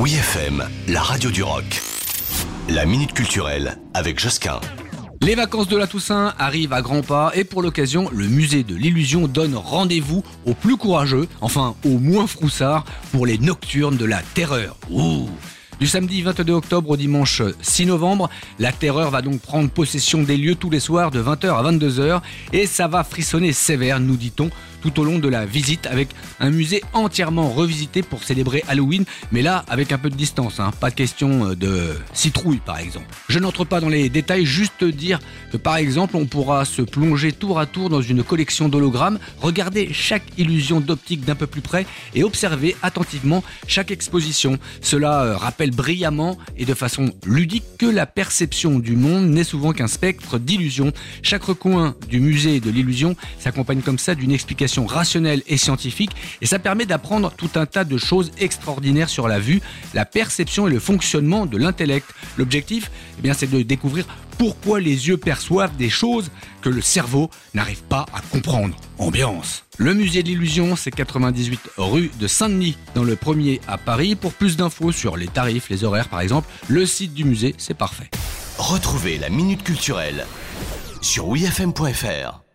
Oui FM, la radio du rock. La minute culturelle avec Josquin. Les vacances de la Toussaint arrivent à grands pas et pour l'occasion, le musée de l'illusion donne rendez-vous aux plus courageux, enfin aux moins froussards, pour les nocturnes de la terreur. Ouh. Du samedi 22 octobre au dimanche 6 novembre, la terreur va donc prendre possession des lieux tous les soirs de 20h à 22h et ça va frissonner sévère, nous dit-on, tout au long de la visite avec un musée entièrement revisité pour célébrer Halloween, mais là avec un peu de distance, pas question de citrouille par exemple. Je n'entre pas dans les détails, juste dire que par exemple on pourra se plonger tour à tour dans une collection d'hologrammes, regarder chaque illusion d'optique d'un peu plus près et observer attentivement chaque exposition. Cela rappelle brillamment et de façon ludique que la perception du monde n'est souvent qu'un spectre d'illusions. Chaque recoin du musée de l'illusion s'accompagne comme ça d'une explication rationnelle et scientifique et ça permet d'apprendre tout un tas de choses extraordinaires sur la vue, la perception et le fonctionnement de l'intellect. L'objectif, c'est de découvrir pourquoi les yeux perçoivent des choses que le cerveau n'arrive pas à comprendre. Ambiance. Le musée de l'illusion, c'est 98 rue de Saint-Denis, dans le 1er à Paris. Pour plus d'infos sur les tarifs, les horaires par exemple, le site du musée, c'est parfait. Retrouvez la minute culturelle sur wifm.fr.